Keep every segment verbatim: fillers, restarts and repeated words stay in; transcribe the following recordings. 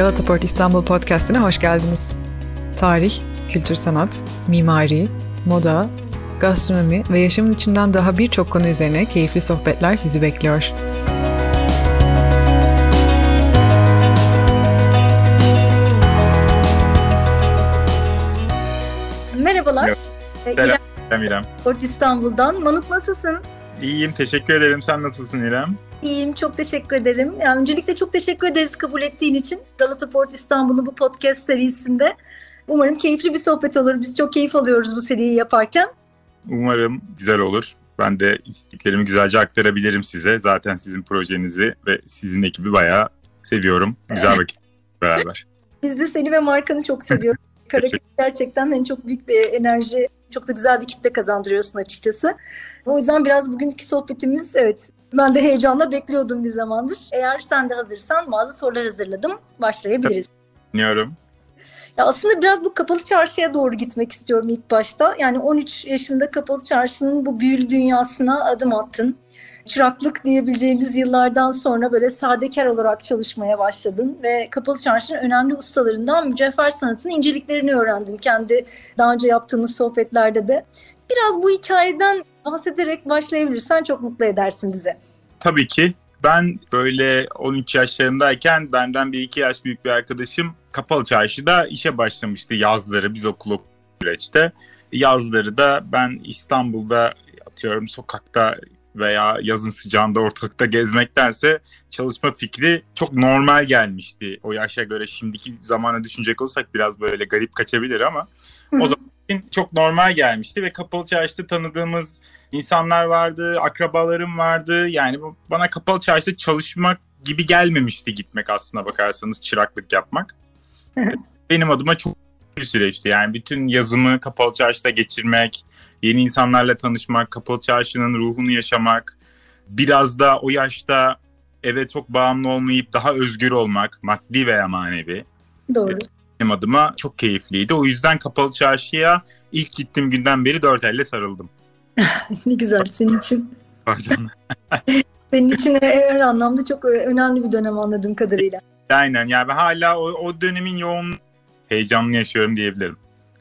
Galata Port İstanbul Podcast'ine hoş geldiniz. Tarih, kültür sanat, mimari, moda, gastronomi ve yaşamın içinden daha birçok konu üzerine keyifli sohbetler sizi bekliyor. Merhabalar. Selam İrem. İrem. Port İstanbul'dan. Manuk, nasılsın? İyiyim, teşekkür ederim. Sen nasılsın İrem? İyiyim, çok teşekkür ederim. Yani öncelikle çok teşekkür ederiz kabul ettiğin için. Galata Port İstanbul'un bu podcast serisinde. Umarım keyifli bir sohbet olur. Biz çok keyif alıyoruz bu seriyi yaparken. Umarım güzel olur. Ben de isteklerimi güzelce aktarabilirim size. Zaten sizin projenizi ve sizin ekibi bayağı seviyorum. Güzel vakit beraber. Biz de seni ve markanı çok seviyoruz. Karakter gerçekten en çok büyük bir enerji, çok da güzel bir kitle kazandırıyorsun açıkçası. O yüzden biraz bugünkü sohbetimiz, evet, ben de heyecanla bekliyordum bir zamandır. Eğer sen de hazırsan bazı sorular hazırladım. Başlayabiliriz. Dinliyorum. Ya aslında biraz bu kapalı çarşıya doğru gitmek istiyorum ilk başta. Yani on üç yaşında kapalı çarşının bu büyülü dünyasına adım attın. Çıraklık diyebileceğimiz yıllardan sonra böyle sadekar olarak çalışmaya başladın ve kapalı çarşının önemli ustalarından mücevher sanatının inceliklerini öğrendin. Kendi daha önce yaptığımız sohbetlerde de. Biraz bu hikayeden bahsederek başlayabilirsen çok mutlu edersin bize. Tabii ki. Ben böyle on üç yaşlarındayken benden bir iki yaş büyük bir arkadaşım kapalı çarşıda işe başlamıştı yazları, biz okul süreçte. Yazları da ben İstanbul'da atıyorum sokakta veya yazın sıcağında ortalıkta gezmektense çalışma fikri çok normal gelmişti. O yaşa göre şimdiki zamana düşünecek olsak biraz böyle garip kaçabilir ama o zaman çok normal gelmişti ve kapalı çarşıda tanıdığımız insanlar vardı, akrabalarım vardı. Yani bana kapalı çarşıda çalışmak gibi gelmemişti gitmek, aslına bakarsanız çıraklık yapmak. Benim adıma çok bir süreçti. Yani bütün yazımı kapalı çarşıda geçirmek, yeni insanlarla tanışmak, kapalı çarşının ruhunu yaşamak, biraz da o yaşta eve çok bağımlı olmayıp daha özgür olmak, maddi veya manevi. Doğru. Benim adıma çok keyifliydi. O yüzden kapalı çarşıya ilk gittiğim günden beri dört elle sarıldım. Ne güzel senin için. Pardon. Senin için her anlamda çok önemli bir dönem anladığım kadarıyla. Aynen. Yani ben hala o, o dönemin yoğun heyecanını yaşıyorum diyebilirim.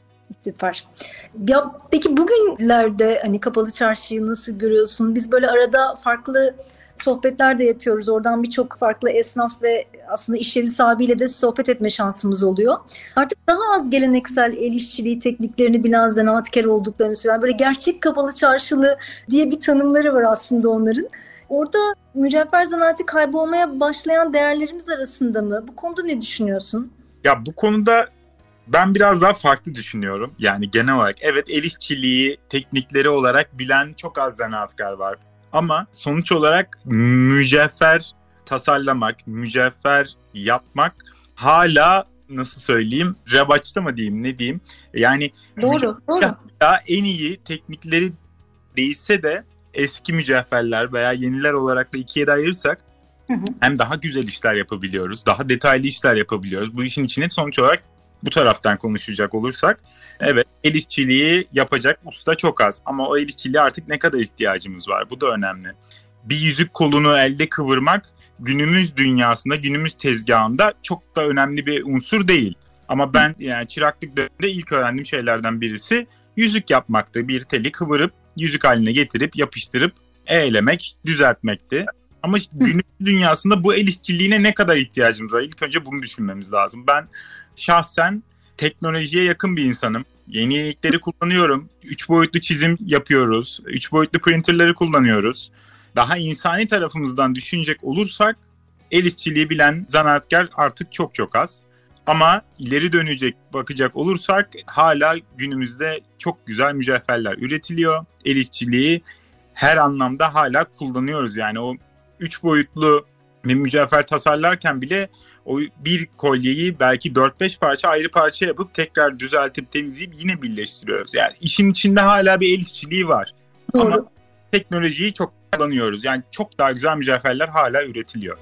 Süper. Ya peki bugünlerde hani kapalı çarşıyı nasıl görüyorsun? Biz böyle arada farklı sohbetler de yapıyoruz. Oradan birçok farklı esnaf ve aslında iş yeri sahibiyle de sohbet etme şansımız oluyor. Artık daha az geleneksel el işçiliği tekniklerini bilen zanaatkar olduklarını söylüyor. Böyle gerçek kapalı çarşılı diye bir tanımları var aslında onların. Orada mücevher zanaatı kaybolmaya başlayan değerlerimiz arasında mı? Bu konuda ne düşünüyorsun? Ya bu konuda ben biraz daha farklı düşünüyorum. Yani genel olarak evet, el işçiliği teknikleri olarak bilen çok az zanaatkar var. Ama sonuç olarak mücevher tasarlamak, mücevher yapmak hala, nasıl söyleyeyim, revaçta mı diyeyim, ne diyeyim? Yani doğru, doğru. En iyi teknikleri değilse de eski mücevherler veya yeniler olarak da ikiye de ayırırsak hı hı. hem daha güzel işler yapabiliyoruz, daha detaylı işler yapabiliyoruz. Bu işin içine sonuç olarak bu taraftan konuşacak olursak, evet, el işçiliği yapacak usta çok az. Ama o el işçiliğe artık ne kadar ihtiyacımız var? Bu da önemli. Bir yüzük kolunu elde kıvırmak günümüz dünyasında, günümüz tezgahında çok da önemli bir unsur değil. Ama ben yani çıraklık döneminde ilk öğrendiğim şeylerden birisi yüzük yapmaktı. Bir teli kıvırıp yüzük haline getirip yapıştırıp eğlemek, düzeltmekti. Ama günümüz dünyasında bu el işçiliğine ne kadar ihtiyacımız var? İlk önce bunu düşünmemiz lazım. Ben şahsen teknolojiye yakın bir insanım. Yeni yenilikleri kullanıyorum. Üç boyutlu çizim yapıyoruz. Üç boyutlu printerleri kullanıyoruz. Daha insani tarafımızdan düşünecek olursak el işçiliği bilen zanaatkar artık çok çok az. Ama ileri dönecek bakacak olursak hala günümüzde çok güzel mücevherler üretiliyor. El işçiliği her anlamda hala kullanıyoruz. Yani o üç boyutlu bir mücevher tasarlarken bile o bir kolyeyi belki dört beş parça ayrı parça yapıp tekrar düzeltip temizleyip yine birleştiriyoruz. Yani işin içinde hala bir el işçiliği var. Doğru. Ama teknolojiyi çok kullanıyoruz. Yani çok daha güzel mücevherler hala üretiliyor.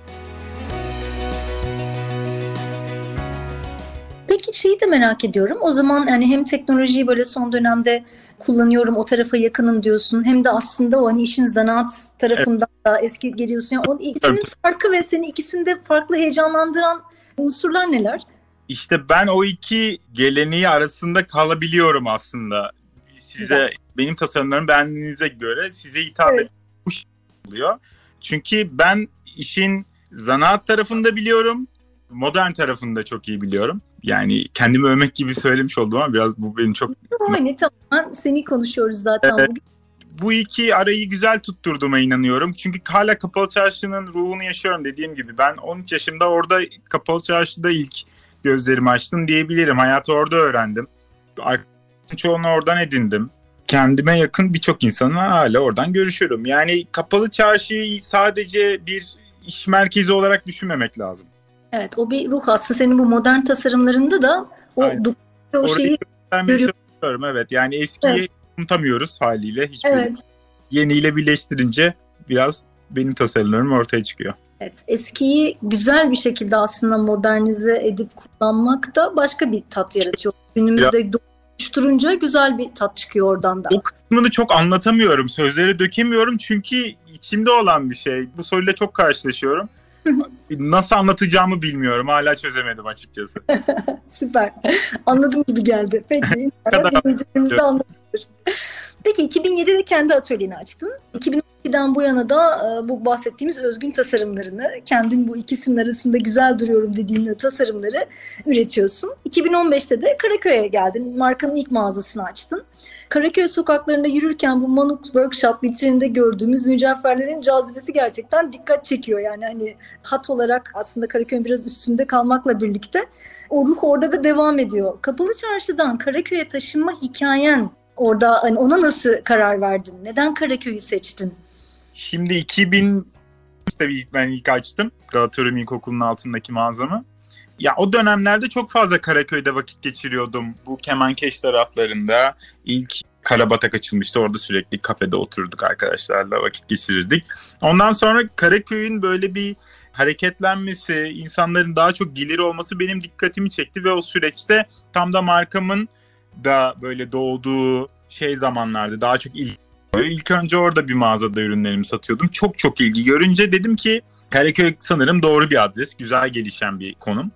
Peki şeyi de merak ediyorum. O zaman yani hem teknolojiyi böyle son dönemde kullanıyorum, o tarafa yakınım diyorsun. Hem de aslında o hani işin zanaat tarafından evet. da eski geliyorsun. Yani o ikisinin evet. farkı ve seni ikisinde farklı heyecanlandıran unsurlar neler? İşte ben o iki geleneği arasında kalabiliyorum aslında. Size, Güzel. Benim tasarımlarımı beğendiğinize göre size hitap evet. oluyor. Çünkü ben işin zanaat tarafını da biliyorum, modern tarafını da çok iyi biliyorum. Yani kendimi övmek gibi söylemiş oldum ama biraz bu benim çok... Hani tamamen seni konuşuyoruz zaten evet. bugün. Bu iki arayı güzel tutturduğuma inanıyorum. Çünkü hala Kapalı Çarşı'nın ruhunu yaşıyorum dediğim gibi. Ben on üç yaşımda orada Kapalı Çarşı'da ilk gözlerimi açtım diyebilirim. Hayatı orada öğrendim. Arkadaşların çoğunu oradan edindim. Kendime yakın birçok insanla hala oradan görüşüyorum. Yani Kapalı Çarşı'yı sadece bir iş merkezi olarak düşünmemek lazım. Evet, o bir ruh aslında. Senin bu modern tasarımlarında da o, o Orayı şeyi görüyorum. Evet, yani eskiyi evet. unutamıyoruz haliyle. Hiçbir evet. Yeniyle birleştirince biraz benim tasarımlarım ortaya çıkıyor. Evet, eskiyi güzel bir şekilde aslında modernize edip kullanmak da başka bir tat yaratıyor. Günümüzde ya. Oluşturunca güzel bir tat çıkıyor oradan da. O kısmını çok anlatamıyorum. Sözlere dökemiyorum çünkü içimde olan bir şey. Bu soruyla çok karşılaşıyorum. Nasıl anlatacağımı bilmiyorum. Hala çözemedim açıkçası. Süper. Anladım gibi geldi. Peki. Dinleyicilerimiz de anlatır. Peki iki bin yedide kendi atölyeni açtın. iki bin on ikiden bu yana da bu bahsettiğimiz özgün tasarımlarını, kendin bu ikisinin arasında güzel duruyorum dediğin tasarımları üretiyorsun. iki bin on beşte de Karaköy'e geldin. Markanın ilk mağazasını açtın. Karaköy sokaklarında yürürken bu Manuk Workshop vitrininde gördüğümüz mücevherlerin cazibesi gerçekten dikkat çekiyor. Yani hani hat olarak aslında Karaköy'ün biraz üstünde kalmakla birlikte o ruh orada da devam ediyor. Kapalı Çarşı'dan Karaköy'e taşınma hikayen, orada hani ona nasıl karar verdin? Neden Karaköy'ü seçtin? Şimdi iki bin tabii ilk ben ilk açtım Galatasaray İlkokulu'nun altındaki mağazamı. Ya o dönemlerde çok fazla Karaköy'de vakit geçiriyordum. Bu Kemankeş taraflarında ilk Karabatak açılmıştı. Orada sürekli kafede oturduk arkadaşlarla vakit geçirirdik. Ondan sonra Karaköy'ün böyle bir hareketlenmesi, insanların daha çok gelir olması benim dikkatimi çekti ve o süreçte tam da markamın da böyle doğduğu şey zamanlarda daha çok ilgi. İlk önce orada bir mağazada ürünlerimi satıyordum. Çok çok ilgi görünce dedim ki Karaköy sanırım doğru bir adres. Güzel gelişen bir konum.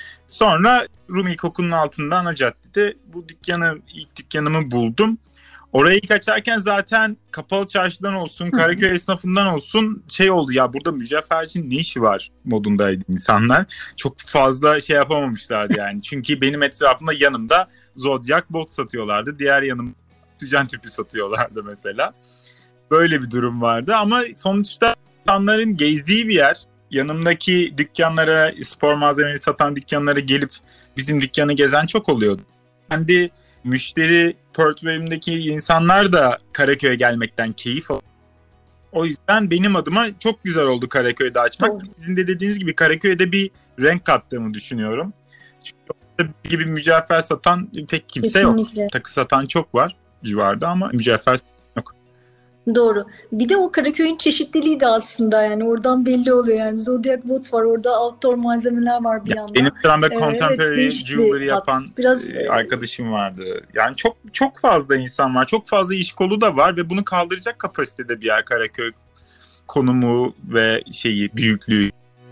Sonra Rum İlkokulu'nun altında ana caddede bu dükkanı, ilk dükkanımı buldum. Orayı ilk açarken zaten Kapalı Çarşı'dan olsun, Karaköy esnafından olsun şey oldu ya, burada mücevhercinin ne işi var modundaydı insanlar. Çok fazla şey yapamamışlardı yani. Çünkü benim etrafımda yanımda Zodiac box satıyorlardı. Diğer yanımda oksijen tüpü satıyorlardı mesela. Böyle bir durum vardı ama sonuçta insanların gezdiği bir yer. Yanımdaki dükkanlara, spor malzemeleri satan dükkanlara gelip bizim dükkanı gezen çok oluyordu. Kendi müşteri portföyümdeki insanlar da Karaköy'e gelmekten keyif alıyor. O yüzden benim adıma çok güzel oldu Karaköy'de açmak. Oh. Sizin de dediğiniz gibi Karaköy'de bir renk kattığımı düşünüyorum. Çünkü gibi mücevher satan pek kimse Kesinlikle. Yok. Takı satan çok var civarda ama mücevher yok. Doğru. Bir de o Karaköy'ün çeşitliliği de aslında yani oradan belli oluyor. Yani Zodiac Bot var, orada outdoor malzemeler var bir ya yandan. Benim sıramda ee, contemporary evet, jewelry yapan biraz, e, arkadaşım vardı. Yani çok çok fazla insan var. Çok fazla iş kolu da var ve bunu kaldıracak kapasitede bir yer Karaköy. Konumu ve şeyi, büyüklüğü.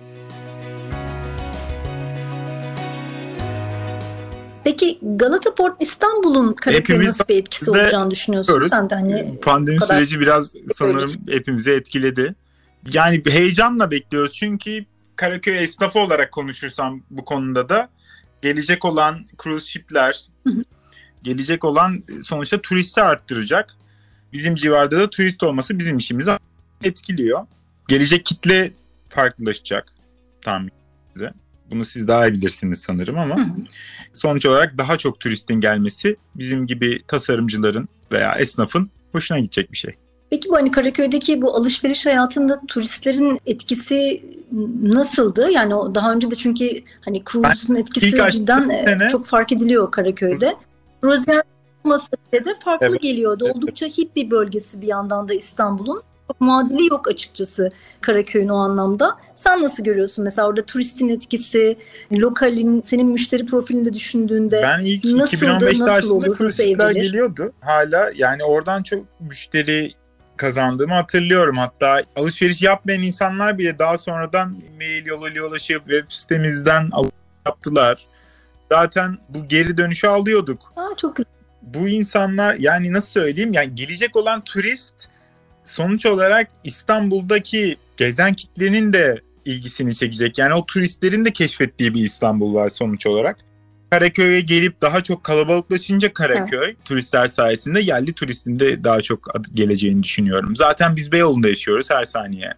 Peki Galata Port İstanbul'un Karaköy'e nasıl bir etkisi olacağını düşünüyorsun? Görürüz. Sen de hani pandemi kadar... süreci biraz sanırım hepimizi etkiledi. Yani heyecanla bekliyoruz çünkü Karaköy esnafı olarak konuşursam bu konuda da gelecek olan cruise ship'ler, gelecek olan sonuçta turisti arttıracak. Bizim civarda da turist olması bizim işimizi etkiliyor. Gelecek kitle farklılaşacak tahminimizce. Bunu siz daha iyi bilirsiniz sanırım ama hı. sonuç olarak daha çok turistin gelmesi bizim gibi tasarımcıların veya esnafın hoşuna gidecek bir şey. Peki bu hani Karaköy'deki bu alışveriş hayatında turistlerin etkisi nasıldı? Yani o daha önce de çünkü hani cruise'un etkisi cidden sene... çok fark ediliyor Karaköy'de. Rozier masada da farklı evet. geliyordu. Evet. Oldukça hip bir bölgesi bir yandan da İstanbul'un. Çok muadili yok açıkçası Karaköy'ün o anlamda. Sen nasıl görüyorsun mesela orada turistin etkisi, lokalin, senin müşteri profilinde düşündüğünde ben ilk nasıldı, iki bin on beşte aslında cruise'ler geliyordu. Hala yani oradan çok müşteri kazandığımı hatırlıyorum. Hatta alışveriş yapmayan insanlar bile daha sonradan mail yoluyla ulaşıp web sitemizden yaptılar. Zaten bu geri dönüşü alıyorduk. Aa, çok güzel. Bu insanlar, yani nasıl söyleyeyim, yani gelecek olan turist sonuç olarak İstanbul'daki gezen kitlenin de ilgisini çekecek. Yani o turistlerin de keşfettiği bir İstanbul var sonuç olarak. Karaköy'e gelip daha çok kalabalıklaşınca Karaköy, evet, turistler sayesinde yerli turistin de daha çok geleceğini düşünüyorum. Zaten biz Beyoğlu'nda yaşıyoruz, her saniye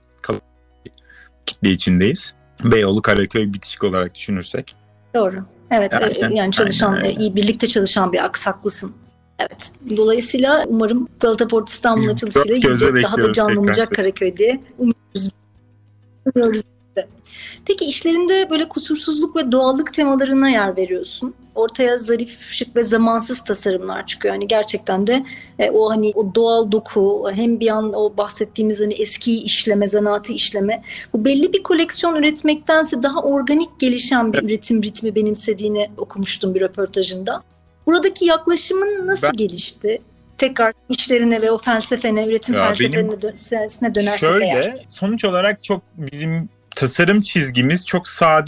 kitle içindeyiz. Beyoğlu Karaköy bitişik olarak düşünürsek. Doğru. Evet, aynen, yani çalışan, aynen, iyi birlikte çalışan bir aks, haklısın. Evet. Dolayısıyla umarım Galata Port İstanbul açılışıyla yiyecek, daha da canlanacak Karaköy diye umuyoruz. umuyoruz. Peki işlerinde böyle kusursuzluk ve doğallık temalarına yer veriyorsun. Ortaya zarif, şık ve zamansız tasarımlar çıkıyor. Yani gerçekten de e, o hani o doğal doku, hem bir an o bahsettiğimiz hani eski işleme, zanaatı işleme, bu belli bir koleksiyon üretmektense daha organik gelişen bir üretim ritmi benimsediğini okumuştum bir röportajında. Buradaki yaklaşımın nasıl ben... gelişti? Tekrar işlerine ve o felsefene, üretim ya felsefene dö- dönersek şöyle, eğer. Sonuç olarak çok bizim tasarım çizgimiz çok sade.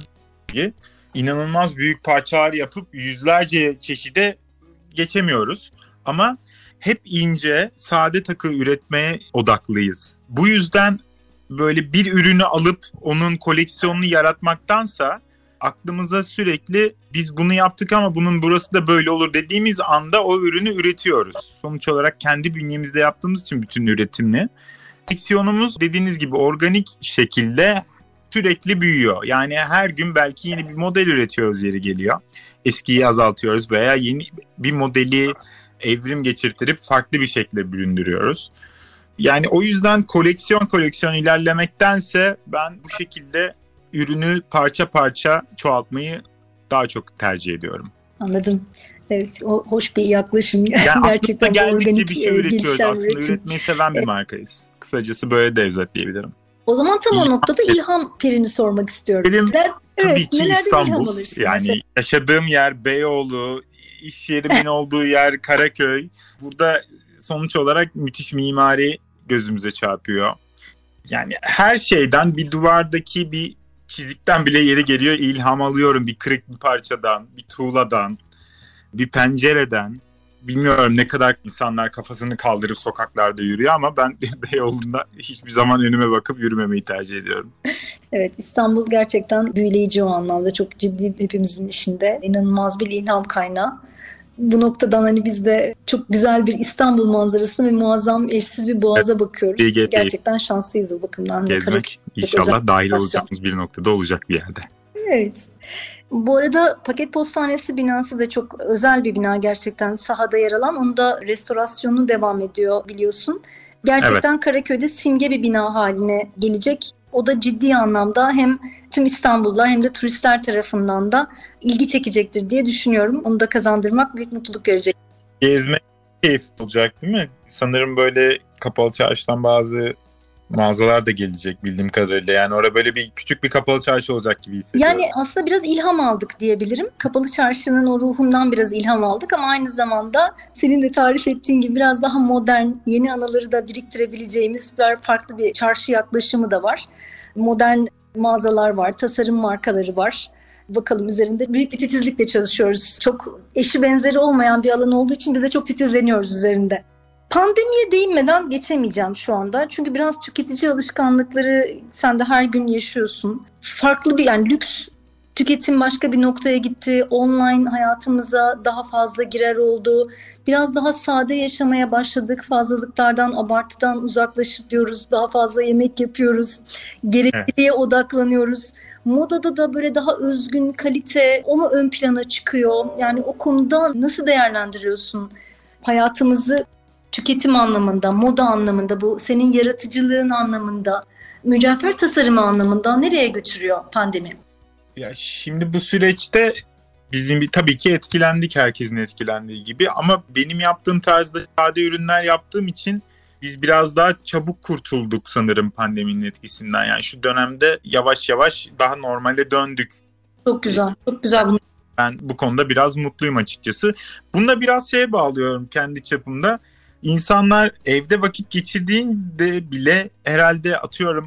İnanılmaz büyük parçalar yapıp yüzlerce çeşide geçemiyoruz. Ama hep ince, sade takı üretmeye odaklıyız. Bu yüzden böyle bir ürünü alıp onun koleksiyonunu yaratmaktansa aklımıza sürekli biz bunu yaptık ama bunun burası da böyle olur dediğimiz anda o ürünü üretiyoruz. Sonuç olarak kendi bünyemizde yaptığımız için bütün üretimini. Koleksiyonumuz dediğiniz gibi organik şekilde sürekli büyüyor. Yani her gün belki yeni bir model üretiyoruz yeri geliyor. Eskiyi azaltıyoruz veya yeni bir modeli evrim geçirtirip farklı bir şekilde büründürüyoruz. Yani o yüzden koleksiyon koleksiyon ilerlemektense ben bu şekilde ürünü parça parça çoğaltmayı daha çok tercih ediyorum. Anladım. Evet, o hoş bir yaklaşım. Yani gerçekten geldikçe bir şey üretiyoruz. Aslında üretim. Üretmeyi seven bir markayız. Kısacası böyle de özetleyebilirim. O zaman tam o noktada ilham pirini sormak istiyorum. Benim Neler, tabii evet, ki İstanbul. Yani mesela? Yaşadığım yer Beyoğlu, iş yerimin olduğu yer Karaköy. Burada sonuç olarak müthiş mimari gözümüze çarpıyor. Yani her şeyden, bir duvardaki bir çizikten bile yeri geliyor, ilham alıyorum. Bir kırık bir parçadan, bir tuğladan, bir pencereden. Bilmiyorum ne kadar insanlar kafasını kaldırıp sokaklarda yürüyor ama ben Beyoğlu'nda hiçbir zaman önüme bakıp yürümemeyi tercih ediyorum. Evet, İstanbul gerçekten büyüleyici o anlamda. Çok ciddi hepimizin işinde. İnanılmaz bir ilham kaynağı. Bu noktadan hani biz de çok güzel bir İstanbul manzarasına ve muazzam eşsiz bir boğaza evet, bakıyoruz. İyi, iyi. Gerçekten şanslıyız o bakımdan. Gezmek inşallah dahil olacağımız bir noktada olacak bir yerde. Evet. Bu arada Paket Postanesi binası da çok özel bir bina gerçekten, sahada yer alan. Onun da restorasyonu devam ediyor biliyorsun. Gerçekten evet, Karaköy'de simge bir bina haline gelecek. O da ciddi anlamda hem tüm İstanbullular hem de turistler tarafından da ilgi çekecektir diye düşünüyorum. Onu da kazandırmak büyük mutluluk verecek. Gezmek keyifli olacak değil mi? Sanırım böyle kapalı çarşıdan bazı mağazalar da gelecek bildiğim kadarıyla. Yani orada böyle bir küçük bir kapalı çarşı olacak gibi hissediyorum. Yani aslında biraz ilham aldık diyebilirim. Kapalı çarşının o ruhundan biraz ilham aldık ama aynı zamanda senin de tarif ettiğin gibi biraz daha modern, yeni anıları da biriktirebileceğimiz farklı bir çarşı yaklaşımı da var. Modern mağazalar var, tasarım markaları var. Bakalım, üzerinde büyük bir titizlikle çalışıyoruz. Çok eşi benzeri olmayan bir alan olduğu için biz de çok titizleniyoruz üzerinde. Pandemiye değinmeden geçemeyeceğim şu anda. Çünkü biraz tüketici alışkanlıkları sen de her gün yaşıyorsun. Farklı bir, yani lüks tüketim başka bir noktaya gitti. Online hayatımıza daha fazla girer oldu. Biraz daha sade yaşamaya başladık. Fazlalıklardan, abartıdan uzaklaşıyoruz. Daha fazla yemek yapıyoruz. Gerekliliğe evet, odaklanıyoruz. Modada da böyle daha özgün kalite, o mu ön plana çıkıyor? Yani o konuda nasıl değerlendiriyorsun hayatımızı? Tüketim anlamında, moda anlamında, bu senin yaratıcılığın anlamında, mücevher tasarımı anlamında nereye götürüyor pandemi? Ya şimdi bu süreçte bizim bir, tabii ki etkilendik, herkesin etkilendiği gibi, ama benim yaptığım tarzda sade ürünler yaptığım için biz biraz daha çabuk kurtulduk sanırım pandeminin etkisinden. Yani şu dönemde yavaş yavaş daha normale döndük. Çok güzel, çok güzel bunu. Ben bu konuda biraz mutluyum açıkçası. Bununla biraz şeye bağlıyorum kendi çapımda. İnsanlar evde vakit geçirdiğinde bile herhalde atıyorum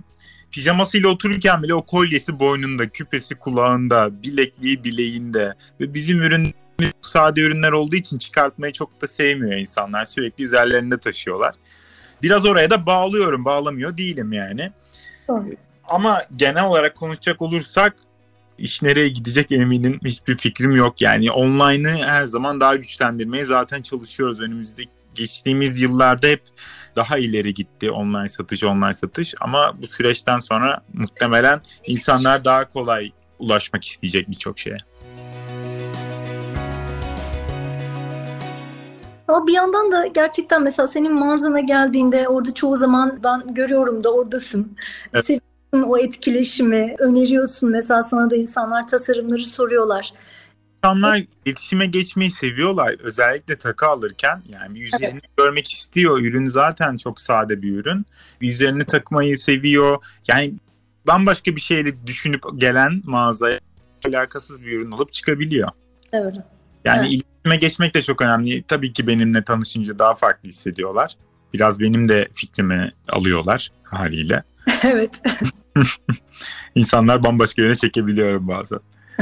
pijamasıyla otururken bile o kolyesi boynunda, küpesi kulağında, bilekliği bileğinde ve bizim ürün sade ürünler olduğu için çıkartmayı çok da sevmiyor insanlar. Sürekli üzerlerinde taşıyorlar. Biraz oraya da bağlıyorum, bağlamıyor değilim yani. Doğru. Ama genel olarak konuşacak olursak iş nereye gidecek eminim hiçbir fikrim yok. Yani online'ı her zaman daha güçlendirmeye zaten çalışıyoruz. Önümüzdeki geçtiğimiz yıllarda hep daha ileri gitti online satış, online satış. Ama bu süreçten sonra muhtemelen insanlar daha kolay ulaşmak isteyecek birçok şeye. Ama bir yandan da gerçekten mesela senin mağazana geldiğinde orada çoğu zaman ben görüyorum da oradasın. Evet. Seviyorsun o etkileşimi, öneriyorsun. Mesela sana da insanlar tasarımları soruyorlar. İnsanlar iletişime geçmeyi seviyorlar. Özellikle takı alırken yani bir üzerini evet. görmek istiyor. Ürün zaten çok sade bir ürün. Bir üzerini takmayı seviyor. Yani bambaşka bir şeyle düşünüp gelen mağazaya alakasız bir ürün alıp çıkabiliyor. Evet. Yani evet. iletişime geçmek de çok önemli. Tabii ki benimle tanışınca daha farklı hissediyorlar. Biraz benim de fikrimi alıyorlar haliyle. Evet. İnsanlar bambaşka yöne çekebiliyorum bazen.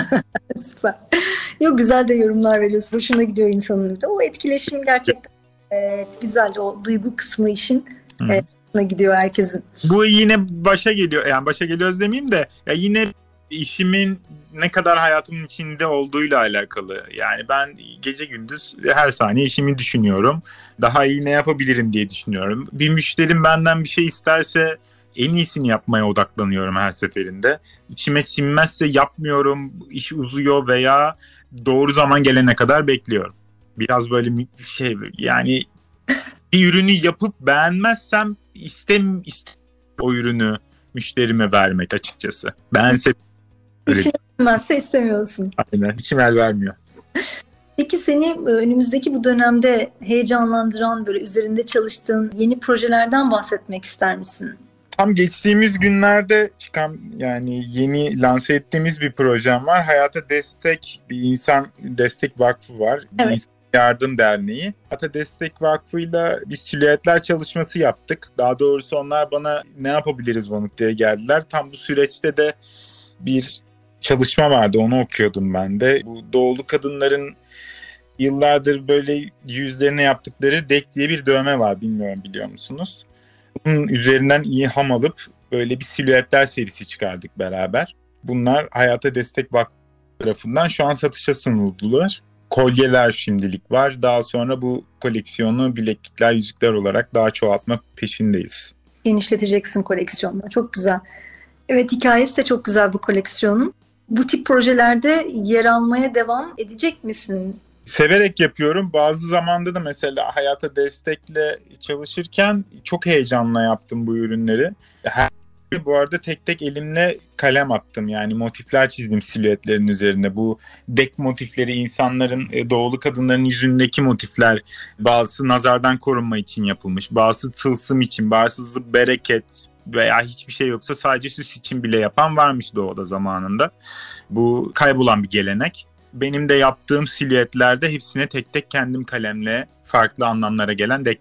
Süper. Yok güzel de yorumlar veriyorsun. Hoşuna gidiyor insanın da. O etkileşim gerçekten evet, güzel. O duygu kısmı işin evet, hoşuna gidiyor herkesin. Bu yine başa geliyor. Yani başa geliyoruz demeyeyim de ya yine işimin ne kadar hayatımın içinde olduğuyla alakalı. Yani ben gece gündüz her saniye işimi düşünüyorum. Daha iyi ne yapabilirim diye düşünüyorum. Bir müşterim benden bir şey isterse en iyisini yapmaya odaklanıyorum her seferinde. İçime sinmezse yapmıyorum, iş uzuyor veya doğru zaman gelene kadar bekliyorum. Biraz böyle bir şey yani bir ürünü yapıp beğenmezsem istem, istem o ürünü müşterime vermek açıkçası. Beğense İçine sinmezse istemiyorsun. Aynen, içim el vermiyor. Peki seni önümüzdeki bu dönemde heyecanlandıran, böyle üzerinde çalıştığın yeni projelerden bahsetmek ister misin? Tam geçtiğimiz günlerde çıkan yani yeni lanse ettiğimiz bir projem var. Hayata Destek bir insan destek vakfı var. Evet. Bir insan yardım derneği. Hayata Destek Vakfı'yla bir silüetler çalışması yaptık. Daha doğrusu onlar bana ne yapabiliriz Vanuk diye geldiler. Tam bu süreçte de bir çalışma vardı. Onu okuyordum ben de. Bu doğulu kadınların yıllardır böyle yüzlerine yaptıkları dek diye bir dövme var. Bilmiyorum biliyor musunuz? Bunun üzerinden ilham alıp böyle bir silüetler serisi çıkardık beraber. Bunlar Hayata Destek Vakfı tarafından şu an satışa sunuldular. Kolyeler şimdilik var. Daha sonra bu koleksiyonu bileklikler, yüzükler olarak daha çoğaltmak peşindeyiz. Genişleteceksin koleksiyonunu. Çok güzel. Evet, hikayesi de çok güzel bu koleksiyonun. Bu tip projelerde yer almaya devam edecek misin? Severek yapıyorum. Bazı zamanda da mesela Hayata Destek'le çalışırken çok heyecanla yaptım bu ürünleri. Her bu arada tek tek elimle kalem attım. Yani motifler çizdim silüetlerin üzerinde. Bu dek motifleri insanların, doğulu kadınların yüzündeki motifler. Bazısı nazardan korunma için yapılmış. Bazısı tılsım için, bazısı bereket veya hiçbir şey yoksa sadece süs için bile yapan varmış doğuda zamanında. Bu kaybolan bir gelenek. Benim de yaptığım silüetlerde hepsine tek tek kendim kalemle farklı anlamlara gelen dek.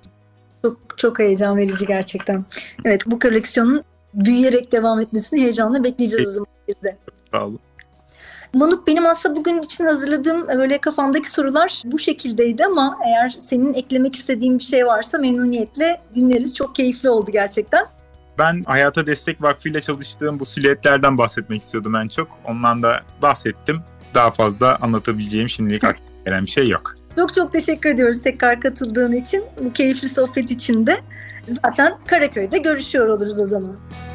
Çok çok heyecan verici gerçekten. Evet, bu koleksiyonun büyüyerek devam etmesini heyecanla bekleyeceğiz o zaman biz de. Sağ olun. Manuk, benim aslında bugün için hazırladığım böyle kafamdaki sorular bu şekildeydi ama eğer senin eklemek istediğin bir şey varsa memnuniyetle dinleriz. Çok keyifli oldu gerçekten. Ben Hayata Destek Vakfı ile çalıştığım bu silüetlerden bahsetmek istiyordum en çok. Ondan da bahsettim. Daha fazla anlatabileceğim şimdilik aklıma gelen bir şey yok. Çok çok teşekkür ediyoruz tekrar katıldığın için. Bu keyifli sohbet için de zaten Karaköy'de görüşüyor oluruz o zaman.